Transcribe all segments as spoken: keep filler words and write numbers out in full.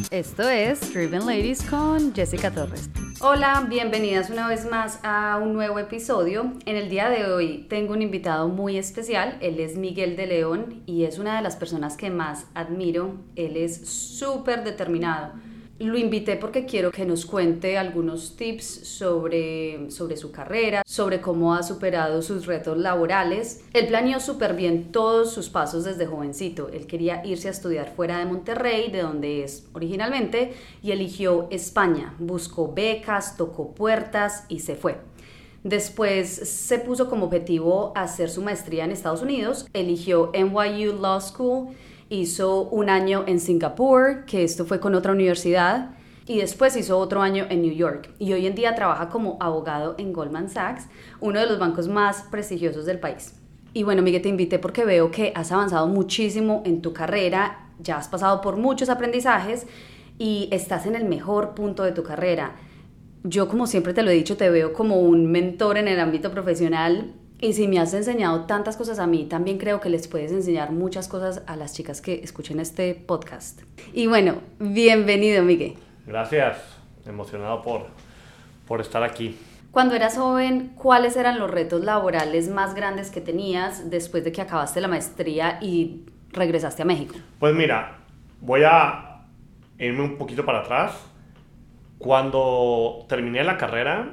Esto es Driven Ladies con Jessica Torres. Hola, bienvenidas una vez más a un nuevo episodio. En el día de hoy tengo un invitado muy especial. Él es Miguel de León y es una de las personas que más admiro. Él es súper determinado. Lo invité porque quiero que nos cuente algunos tips sobre, sobre su carrera, sobre cómo ha superado sus retos laborales. Él planeó súper bien todos sus pasos desde jovencito. Él quería irse a estudiar fuera de Monterrey, de donde es originalmente, y eligió España. Buscó becas, tocó puertas y se fue. Después se puso como objetivo hacer su maestría en Estados Unidos. Eligió N Y U Law School. Hizo un año en Singapur, que esto fue con otra universidad, y después hizo otro año en New York. Y hoy en día trabaja como abogado en Goldman Sachs, uno de los bancos más prestigiosos del país. Y bueno, Miguel, te invité porque veo que has avanzado muchísimo en tu carrera, ya has pasado por muchos aprendizajes y estás en el mejor punto de tu carrera. Yo, como siempre te lo he dicho, te veo como un mentor en el ámbito profesional. Y si me has enseñado tantas cosas a mí, también creo que les puedes enseñar muchas cosas a las chicas que escuchen este podcast. Y bueno, bienvenido, Miguel. Gracias, emocionado por, por estar aquí. Cuando eras joven, ¿cuáles eran los retos laborales más grandes que tenías después de que acabaste la maestría y regresaste a México? Pues mira, voy a irme un poquito para atrás. Cuando terminé la carrera,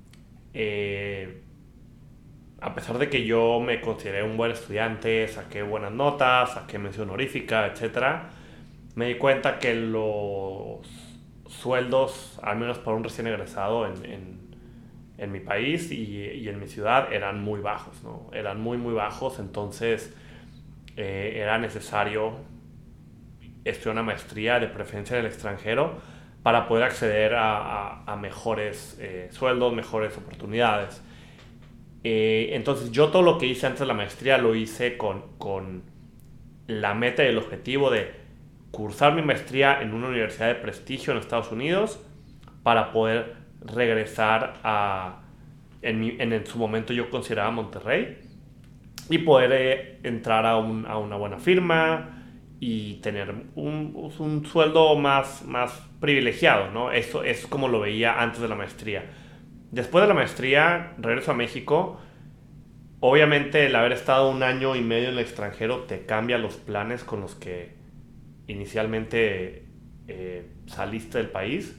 eh, a pesar de que yo me consideré un buen estudiante, saqué buenas notas, saqué mención honorífica, etcétera, me di cuenta que los sueldos, al menos para un recién egresado en, en, en mi país y, y en mi ciudad, eran muy bajos, ¿no? Eran muy, muy bajos, entonces eh, era necesario estudiar una maestría, de preferencia en el extranjero, para poder acceder a, a, a mejores eh, sueldos, mejores oportunidades. Eh, entonces yo todo lo que hice antes de la maestría lo hice con, con la meta y el objetivo de cursar mi maestría en una universidad de prestigio en Estados Unidos para poder regresar a, en, mi, en, en su momento yo consideraba Monterrey, y poder eh, entrar a, un, a una buena firma y tener un, un sueldo más, más privilegiado, ¿no? Eso es como lo veía antes de la maestría. Después de la maestría, regreso a México. Obviamente, el haber estado un año y medio en el extranjero te cambia los planes con los que inicialmente eh, saliste del país.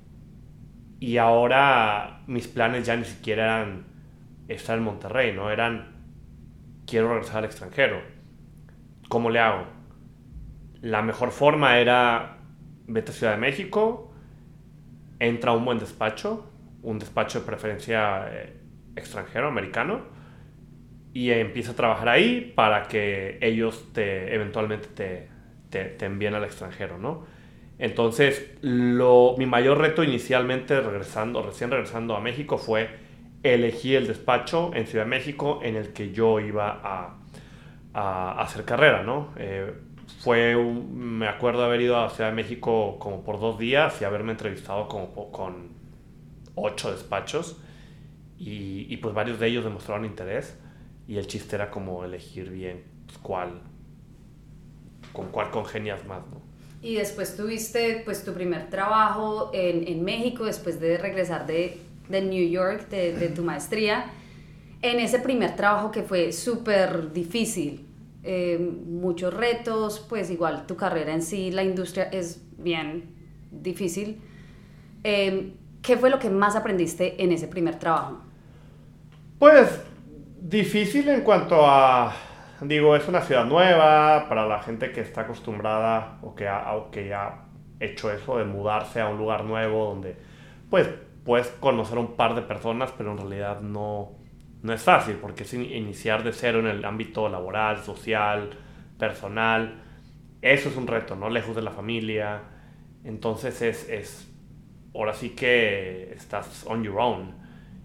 Y ahora mis planes ya ni siquiera eran estar en Monterrey, ¿no? Eran, quiero regresar al extranjero. ¿Cómo le hago? La mejor forma era, vete a Ciudad de México, entra a un buen despacho, un despacho de preferencia eh, extranjero, americano, y empieza a trabajar ahí para que ellos te, eventualmente te, te, te envíen al extranjero, ¿no? Entonces, lo, mi mayor reto inicialmente, regresando, recién regresando a México, fue elegir el despacho en Ciudad de México en el que yo iba a, a, a hacer carrera, ¿no? Eh, fue un, me acuerdo haber ido a Ciudad de México como por dos días y haberme entrevistado como con ocho despachos y, y pues varios de ellos demostraron interés, y el chiste era como elegir bien pues, cuál, con cuál congenias más, ¿no? Y después tuviste pues tu primer trabajo en, en México después de regresar de, de New York, de, de tu maestría. En ese primer trabajo que fue súper difícil, eh, muchos retos, pues igual tu carrera en sí, la industria es bien difícil. Eh, ¿Qué fue lo que más aprendiste en ese primer trabajo? Pues difícil en cuanto a, digo, es una ciudad nueva para la gente que está acostumbrada o que ha, o que ha hecho eso de mudarse a un lugar nuevo donde pues puedes conocer un par de personas, pero en realidad no, no es fácil porque es iniciar de cero en el ámbito laboral, social, personal. Eso es un reto, ¿no? Lejos de la familia. Entonces es... es ahora sí que estás on your own.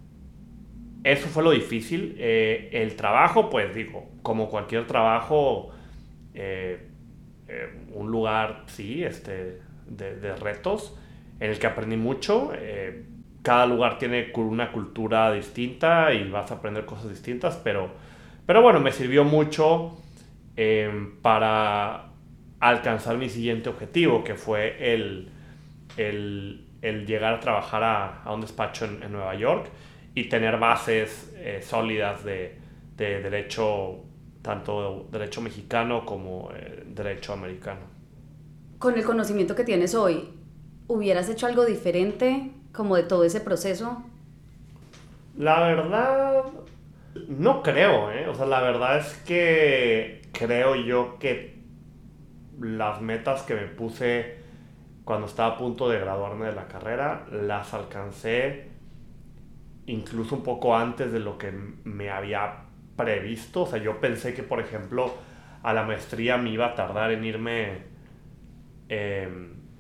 Eso fue lo difícil. Eh, el trabajo, pues digo, como cualquier trabajo, eh, eh, un lugar, sí, este, de, de retos, en el que aprendí mucho. Eh, cada lugar tiene una cultura distinta y vas a aprender cosas distintas, pero, pero bueno, me sirvió mucho eh, para alcanzar mi siguiente objetivo, que fue el el, el llegar a trabajar a, a un despacho en, en Nueva York y tener bases eh, sólidas de, de derecho, tanto derecho mexicano como eh, derecho americano. Con el conocimiento que tienes hoy, ¿hubieras hecho algo diferente como de todo ese proceso? La verdad, no creo, ¿eh? O sea, la verdad es que creo yo que las metas que me puse cuando estaba a punto de graduarme de la carrera, las alcancé incluso un poco antes de lo que me había previsto. O sea, yo pensé que, por ejemplo, a la maestría me iba a tardar en irme, eh,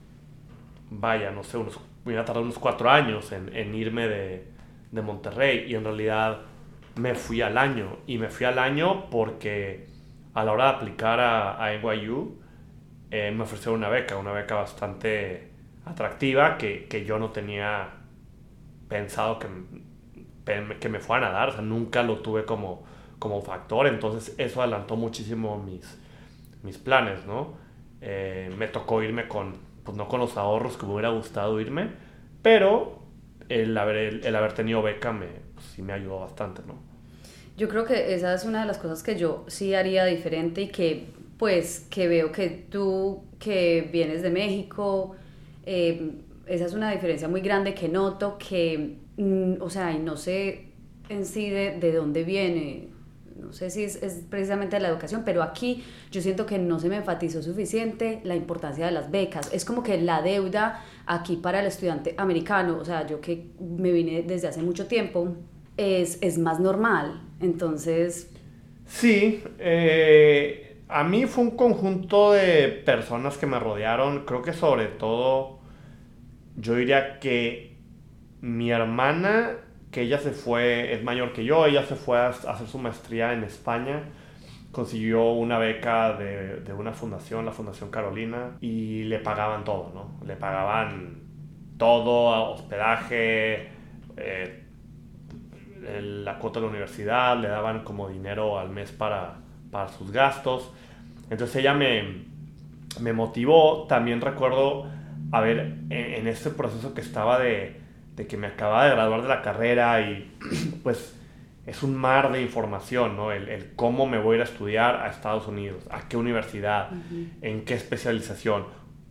vaya, no sé, unos, me iba a tardar unos cuatro años en, en irme de, de Monterrey, y en realidad me fui al año, y me fui al año porque a la hora de aplicar a, a N Y U eh, me ofrecieron una beca, una beca bastante atractiva que, que yo no tenía pensado que, que me fueran a dar. O sea, nunca lo tuve como, como factor, entonces eso adelantó muchísimo mis, mis planes, ¿no? Eh, me tocó irme con, pues no con los ahorros que me hubiera gustado irme, pero el haber, el, el haber tenido beca me, pues, sí me ayudó bastante, ¿no? Yo creo que esa es una de las cosas que yo sí haría diferente, y que pues que veo que tú, que vienes de México, eh, esa es una diferencia muy grande que noto, que, mm, o sea, y no sé en sí de, de dónde viene, no sé si es, es precisamente la educación, pero aquí yo siento que no se me enfatizó suficiente la importancia de las becas. Es como que la deuda aquí para el estudiante americano, o sea, yo que me vine desde hace mucho tiempo, es, es más normal. Entonces... Sí, eh, a mí fue un conjunto de personas que me rodearon. Creo que sobre todo, yo diría que mi hermana, que ella se fue, es mayor que yo, ella se fue a hacer su maestría en España, consiguió una beca de, de una fundación, la Fundación Carolina, y le pagaban todo, ¿no? Le pagaban todo, hospedaje, eh, la cuota de la universidad, le daban como dinero al mes para, para sus gastos. Entonces ella me, me motivó. También recuerdo, a ver, en, en este proceso que estaba de, de que me acababa de graduar de la carrera, y pues es un mar de información, ¿no? El, el cómo me voy a ir a estudiar a Estados Unidos, a qué universidad, uh-huh. en qué especialización.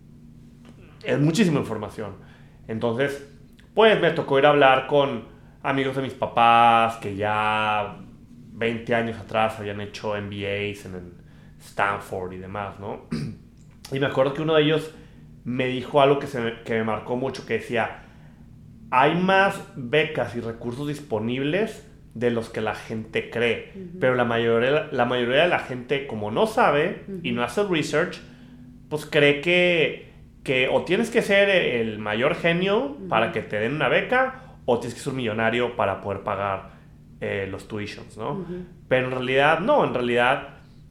Es muchísima información. Entonces, pues me tocó ir a hablar con amigos de mis papás que ya veinte años atrás habían hecho M B As en Stanford y demás, ¿no? Y me acuerdo que uno de ellos me dijo algo que, se me, que me marcó mucho, que decía: hay más becas y recursos disponibles de los que la gente cree, uh-huh. pero la mayoría, la mayoría de la gente, como no sabe, uh-huh. y no hace research, pues cree que, que o tienes que ser el mayor genio, uh-huh. para que te den una beca, o tienes que ser un millonario para poder pagar eh, los tuitions, ¿no? Uh-huh. Pero en realidad, no, en realidad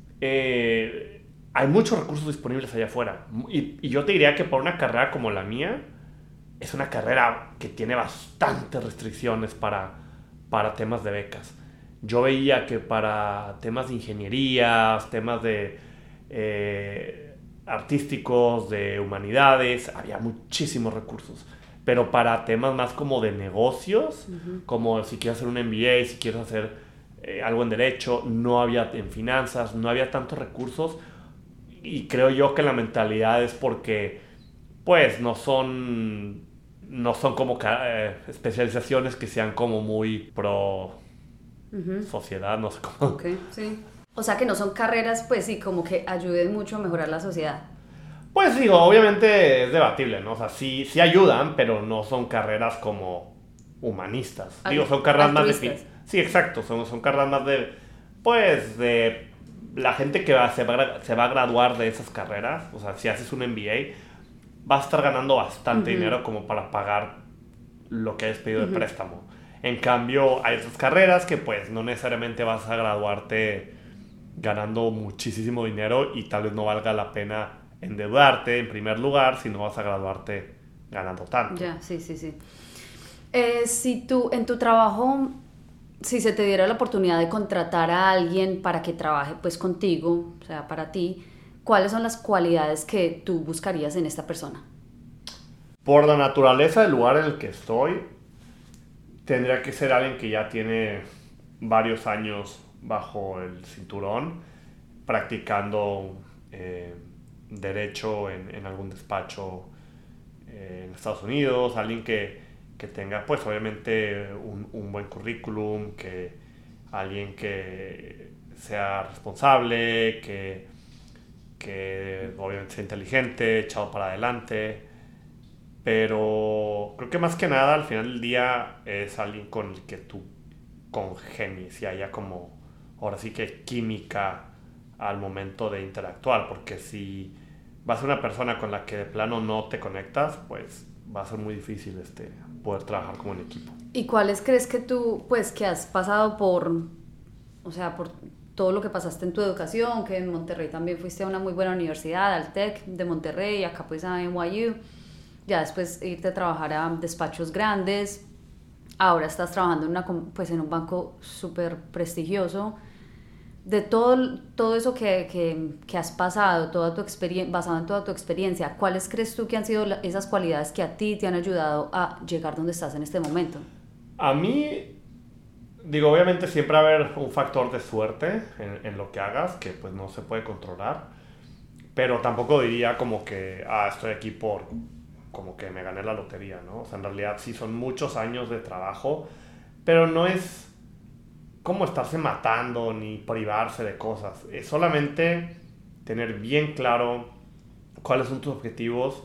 eh, hay muchos recursos disponibles allá afuera. Y, y yo te diría que para una carrera como la mía, es una carrera que tiene bastantes restricciones para, para temas de becas. Yo veía que para temas de ingenierías, temas de eh, artísticos, de humanidades, había muchísimos recursos. Pero para temas más como de negocios, uh-huh. como si quieres hacer un M B A, si quieres hacer eh, algo en derecho, no había, en finanzas, no había tantos recursos. Y creo yo que la mentalidad es porque, pues, no son, no son como eh, especializaciones que sean como muy pro uh-huh. sociedad, no sé cómo. Okay, sí. O sea, que no son carreras, pues sí, como que ayuden mucho a mejorar la sociedad. Pues digo, obviamente es debatible, ¿no? O sea, sí, sí ayudan, pero no son carreras como humanistas. Al, digo, son carreras altruistas. Más de... Sí, exacto, son, son carreras más de... Pues de... La gente que va, se, va, se va a graduar de esas carreras, o sea, si haces un M B A, vas a estar ganando bastante uh-huh. dinero como para pagar lo que hayas pedido uh-huh. de préstamo. En cambio, hay esas carreras que pues no necesariamente vas a graduarte ganando muchísimo dinero, y tal vez no valga la pena endeudarte en primer lugar si no vas a graduarte ganando tanto. Ya, sí, sí, sí. Eh, si tú, en tu trabajo, si se te diera la oportunidad de contratar a alguien para que trabaje pues contigo, o sea, para ti, ¿cuáles son las cualidades que tú buscarías en esta persona? por la naturaleza del lugar en el que estoy, tendría que ser alguien que ya tiene varios años bajo el cinturón, practicando eh, derecho en, en algún despacho eh, en Estados Unidos, alguien que, que tenga, pues obviamente, un, un buen currículum, que alguien que sea responsable, que, que obviamente sea inteligente, echado para adelante. Pero creo que más que nada al final del día es alguien con el que tú congenies y haya como, ahora sí que química al momento de interactuar, porque si vas a ser una persona con la que de plano no te conectas, pues va a ser muy difícil este, poder trabajar como en equipo. ¿Y cuáles crees que tú, pues que has pasado por, o sea, por todo lo que pasaste en tu educación, que en Monterrey también fuiste a una muy buena universidad, al TEC de Monterrey, acá pues a N Y U, ya después irte a trabajar a despachos grandes, ahora estás trabajando en, una, pues en un banco súper prestigioso, de todo, todo eso que, que, que has pasado, toda tu experiencia, basado en toda tu experiencia, ¿cuáles crees tú que han sido la, esas cualidades que a ti te han ayudado a llegar donde estás en este momento? A mí, digo, obviamente siempre va a haber un factor de suerte en, en lo que hagas, que pues no se puede controlar, pero tampoco diría como que, ah, estoy aquí por, como que me gané la lotería, ¿no? O sea, en realidad sí son muchos años de trabajo, pero no es como estarse matando ni privarse de cosas. Es solamente tener bien claro cuáles son tus objetivos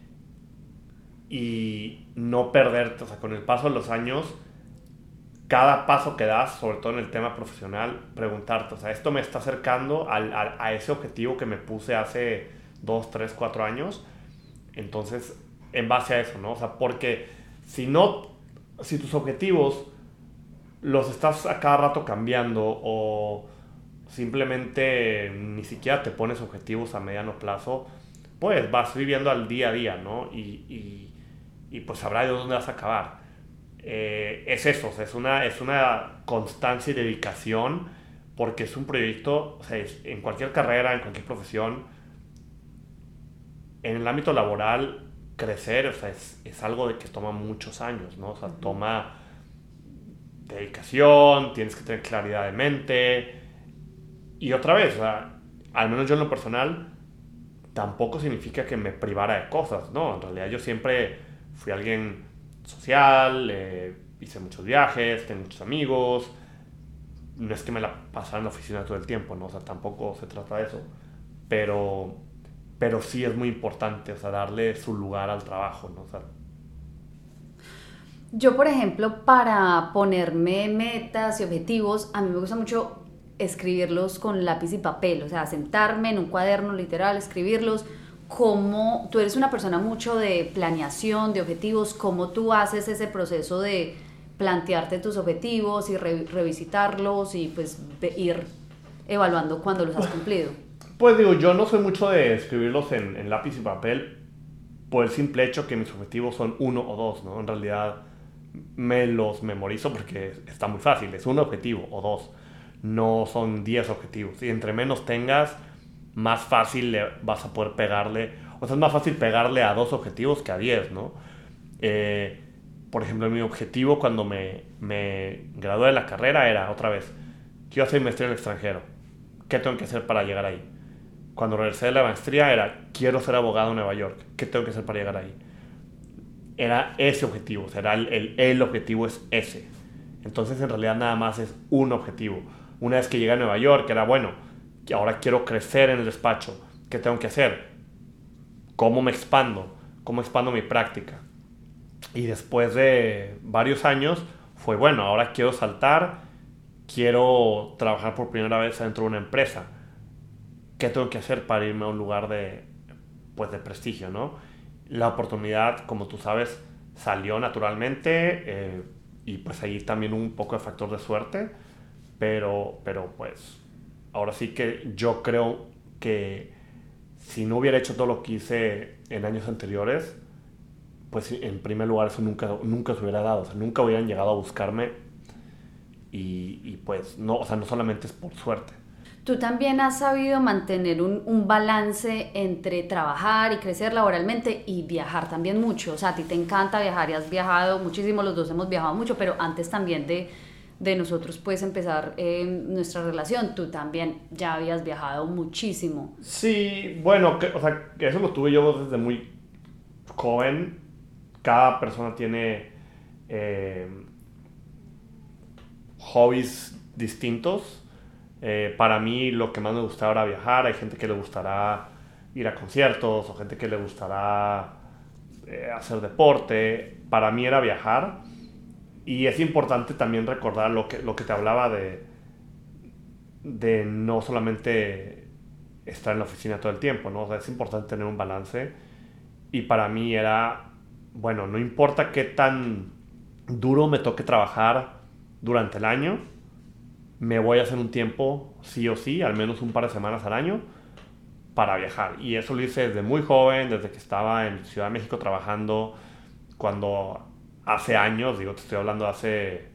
y no perderte. O sea, con el paso de los años, cada paso que das, sobre todo en el tema profesional, preguntarte, o sea, ¿esto me está acercando al, al, a ese objetivo que me puse hace dos, tres, cuatro años? Entonces, en base a eso, ¿no? O sea, porque si no, si tus objetivos los estás a cada rato cambiando o simplemente ni siquiera te pones objetivos a mediano plazo, pues vas viviendo al día a día, ¿no? Y, y, y pues sabrás de dónde vas a acabar. Eh, es eso, o sea, es, una, es una constancia y dedicación, porque es un proyecto, o sea, es, en cualquier carrera, en cualquier profesión, en el ámbito laboral, crecer, o sea, es, es algo de que toma muchos años, ¿no? O sea, uh-huh. toma dedicación, tienes que tener claridad de mente. Y otra vez, o sea, al menos yo en lo personal, tampoco significa que me privara de cosas, ¿no? En realidad yo siempre fui alguien social, eh, hice muchos viajes, tengo muchos amigos. No es que me la pasara en la oficina todo el tiempo, ¿no? O sea, tampoco se trata de eso. Pero, pero sí es muy importante, o sea, darle su lugar al trabajo, ¿no? O sea, yo, por ejemplo, para ponerme metas y objetivos, a mí me gusta mucho escribirlos con lápiz y papel, o sea, sentarme en un cuaderno literal, escribirlos. Como tú eres una persona mucho de planeación, de objetivos, ¿cómo tú haces ese proceso de plantearte tus objetivos y re- revisitarlos y pues ir evaluando cuando los has cumplido? Pues digo, yo no soy mucho de escribirlos en, en lápiz y papel por el simple hecho que mis objetivos son uno o dos, ¿no? En realidad me los memorizo porque está muy fácil, es un objetivo o dos, no son diez objetivos, y entre menos tengas, más fácil le vas a poder pegarle, o sea, es más fácil pegarle a dos objetivos que a diez, ¿no? Eh, por ejemplo, mi objetivo cuando me, me gradué de la carrera era, otra vez, quiero hacer maestría en el extranjero, ¿qué tengo que hacer para llegar ahí? Cuando regresé de la maestría era, quiero ser abogado en Nueva York, ¿qué tengo que hacer para llegar ahí? Era ese objetivo, o sea, era el, el, el objetivo es ese. Entonces, en realidad, nada más es un objetivo. Una vez que llegué a Nueva York, era bueno, ahora quiero crecer en el despacho. ¿Qué tengo que hacer? ¿Cómo me expando? ¿Cómo expando mi práctica? Y después de varios años, fue bueno, ahora quiero saltar, quiero trabajar por primera vez dentro de una empresa. ¿Qué tengo que hacer para irme a un lugar de, pues, de prestigio, ¿no? La oportunidad, como tú sabes, salió naturalmente, eh, y pues ahí también un poco de factor de suerte, pero, pero pues ahora sí que yo creo que si no hubiera hecho todo lo que hice en años anteriores, pues en primer lugar eso nunca, nunca se hubiera dado, o sea, nunca hubieran llegado a buscarme y, y pues no, o sea, no solamente es por suerte. Tú también has sabido mantener un, un balance entre trabajar y crecer laboralmente y viajar también mucho. O sea, a ti te encanta viajar y has viajado muchísimo, los dos hemos viajado mucho, pero antes también de, de nosotros pues empezar eh, nuestra relación, tú también ya habías viajado muchísimo. Sí, bueno, que, o sea, que eso lo tuve yo desde muy joven. Cada persona tiene eh, hobbies distintos. Eh, para mí lo que más me gustaba era viajar. Hay gente que le gustará ir a conciertos o gente que le gustará eh, hacer deporte. Para mí era viajar. Y es importante también recordar lo que, lo que te hablaba de, de no solamente estar en la oficina todo el tiempo, ¿no? O sea, es importante tener un balance. Y para mí era, bueno, no importa qué tan duro me toque trabajar durante el año, me voy a hacer un tiempo, sí o sí, al menos un par de semanas al año, para viajar. Y eso lo hice desde muy joven, desde que estaba en Ciudad de México trabajando, cuando hace años, digo, te estoy hablando de hace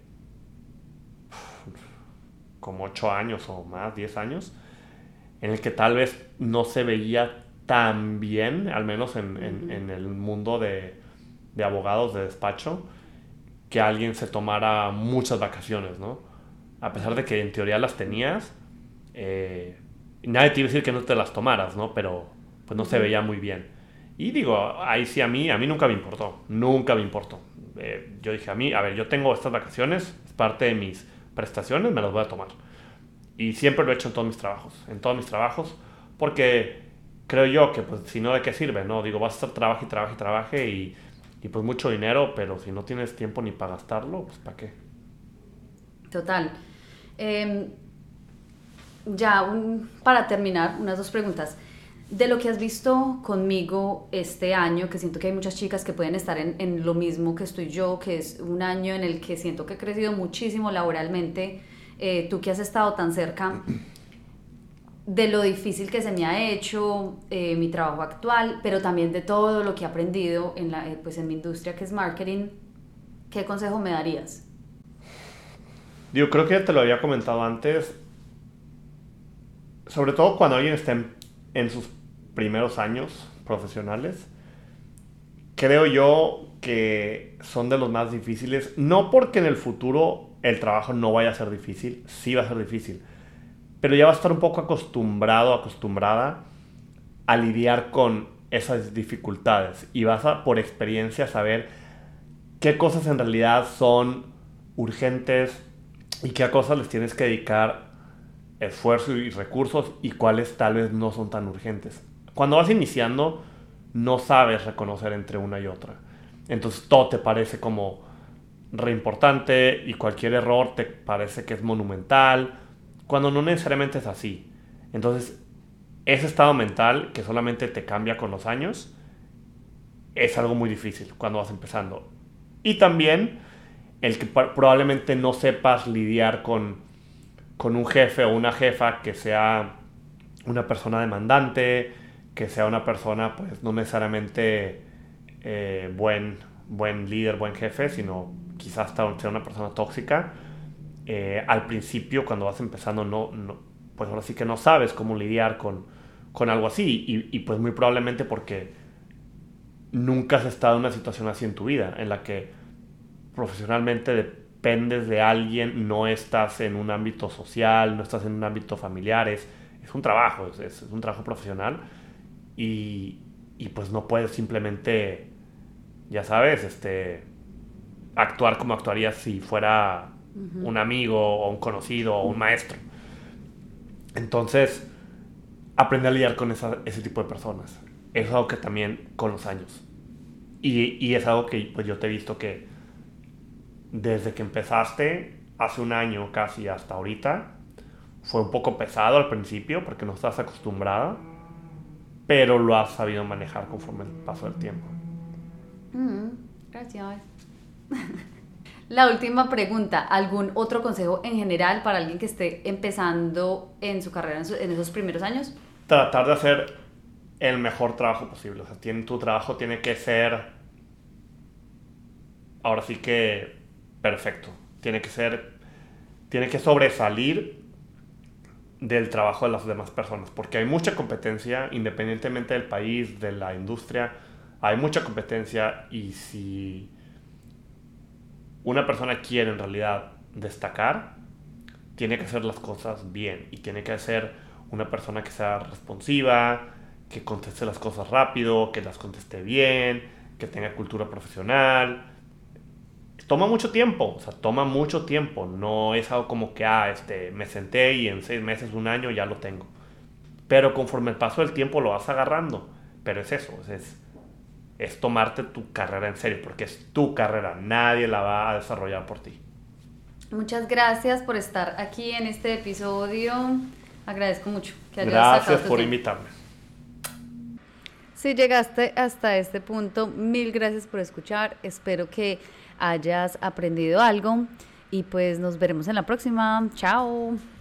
como ocho años o más, diez años, en el que tal vez no se veía tan bien, al menos en, en, en el mundo de, de abogados de despacho, que alguien se tomara muchas vacaciones, ¿no? A pesar de que en teoría las tenías, eh, nadie te iba a decir que no te las tomaras, ¿no? Pero pues no se veía muy bien. Y digo, ahí sí a mí, a mí nunca me importó, nunca me importó. Eh, yo dije a mí, a ver, yo tengo estas vacaciones, es parte de mis prestaciones, me las voy a tomar. Y siempre lo he hecho en todos mis trabajos, en todos mis trabajos, porque creo yo que pues si no, ¿de qué sirve? ¿No? Digo, vas a estar trabaje y trabaje y trabaje y, y pues mucho dinero, pero si no tienes tiempo ni para gastarlo, pues ¿para qué? Total. Eh, ya un, para terminar, unas dos preguntas. De lo que has visto conmigo este año, que siento que hay muchas chicas que pueden estar en, en lo mismo que estoy yo, que es un año en el que siento que he crecido muchísimo laboralmente, eh, tú que has estado tan cerca, de lo difícil que se me ha hecho eh, mi trabajo actual, pero también de todo lo que he aprendido en, la, eh, pues en mi industria que es marketing, ¿qué consejo me darías? Digo, creo que ya te lo había comentado antes, sobre todo cuando alguien está en, en sus primeros años profesionales, creo yo que son de los más difíciles, no porque en el futuro el trabajo no vaya a ser difícil, sí va a ser difícil, pero ya vas a estar un poco acostumbrado, acostumbrada a lidiar con esas dificultades y vas a, por experiencia, saber qué cosas en realidad son urgentes y qué cosas les tienes que dedicar esfuerzo y recursos y cuáles tal vez no son tan urgentes. Cuando vas iniciando, no sabes reconocer entre una y otra. Entonces todo te parece como re importante y cualquier error te parece que es monumental, cuando no necesariamente es así. Entonces, ese estado mental que solamente te cambia con los años es algo muy difícil cuando vas empezando. Y también el que probablemente no sepas lidiar con, con un jefe o una jefa que sea una persona demandante, que sea una persona pues no necesariamente eh, buen, buen líder, buen jefe, sino quizás sea una persona tóxica. Eh, al principio, cuando vas empezando, no, no, pues ahora sí que no sabes cómo lidiar con, con algo así. Y, y pues muy probablemente porque nunca has estado en una situación así en tu vida, en la que profesionalmente dependes de alguien, no estás en un ámbito social, no estás en un ámbito familiar, es, es un trabajo, es, es un trabajo profesional y, y pues no puedes simplemente, ya sabes, este, actuar como actuarías si fuera uh-huh. un amigo o un conocido o un maestro. Entonces, aprende a lidiar con esa, ese tipo de personas. Es algo que también con los años. Y, y es algo que pues yo te he visto que desde que empezaste, hace un año casi hasta ahorita, fue un poco pesado al principio porque no estás acostumbrada, pero lo has sabido manejar conforme el paso del tiempo. Mm, gracias. La última pregunta, ¿algún otro consejo en general para alguien que esté empezando en su carrera en, su, en esos primeros años? Tratar de hacer el mejor trabajo posible. O sea, tiene, tu trabajo tiene que ser, ahora sí que perfecto. Tiene que ser, tiene que sobresalir del trabajo de las demás personas, porque hay mucha competencia, independientemente del país, de la industria, hay mucha competencia, y si una persona quiere en realidad destacar, tiene que hacer las cosas bien, y tiene que ser una persona que sea responsiva, que conteste las cosas rápido, que las conteste bien, que tenga cultura profesional. Toma mucho tiempo, o sea, toma mucho tiempo. No es algo como que, ah, este, me senté y en seis meses, un año ya lo tengo. Pero conforme el paso del tiempo lo vas agarrando. Pero es eso, es, es tomarte tu carrera en serio, porque es tu carrera, nadie la va a desarrollar por ti. Muchas gracias por estar aquí en este episodio. Agradezco mucho que hayas Gracias sacado tu por tiempo. invitarme. Si llegaste hasta este punto, mil gracias por escuchar. Espero que hayas aprendido algo y pues nos veremos en la próxima. Chao.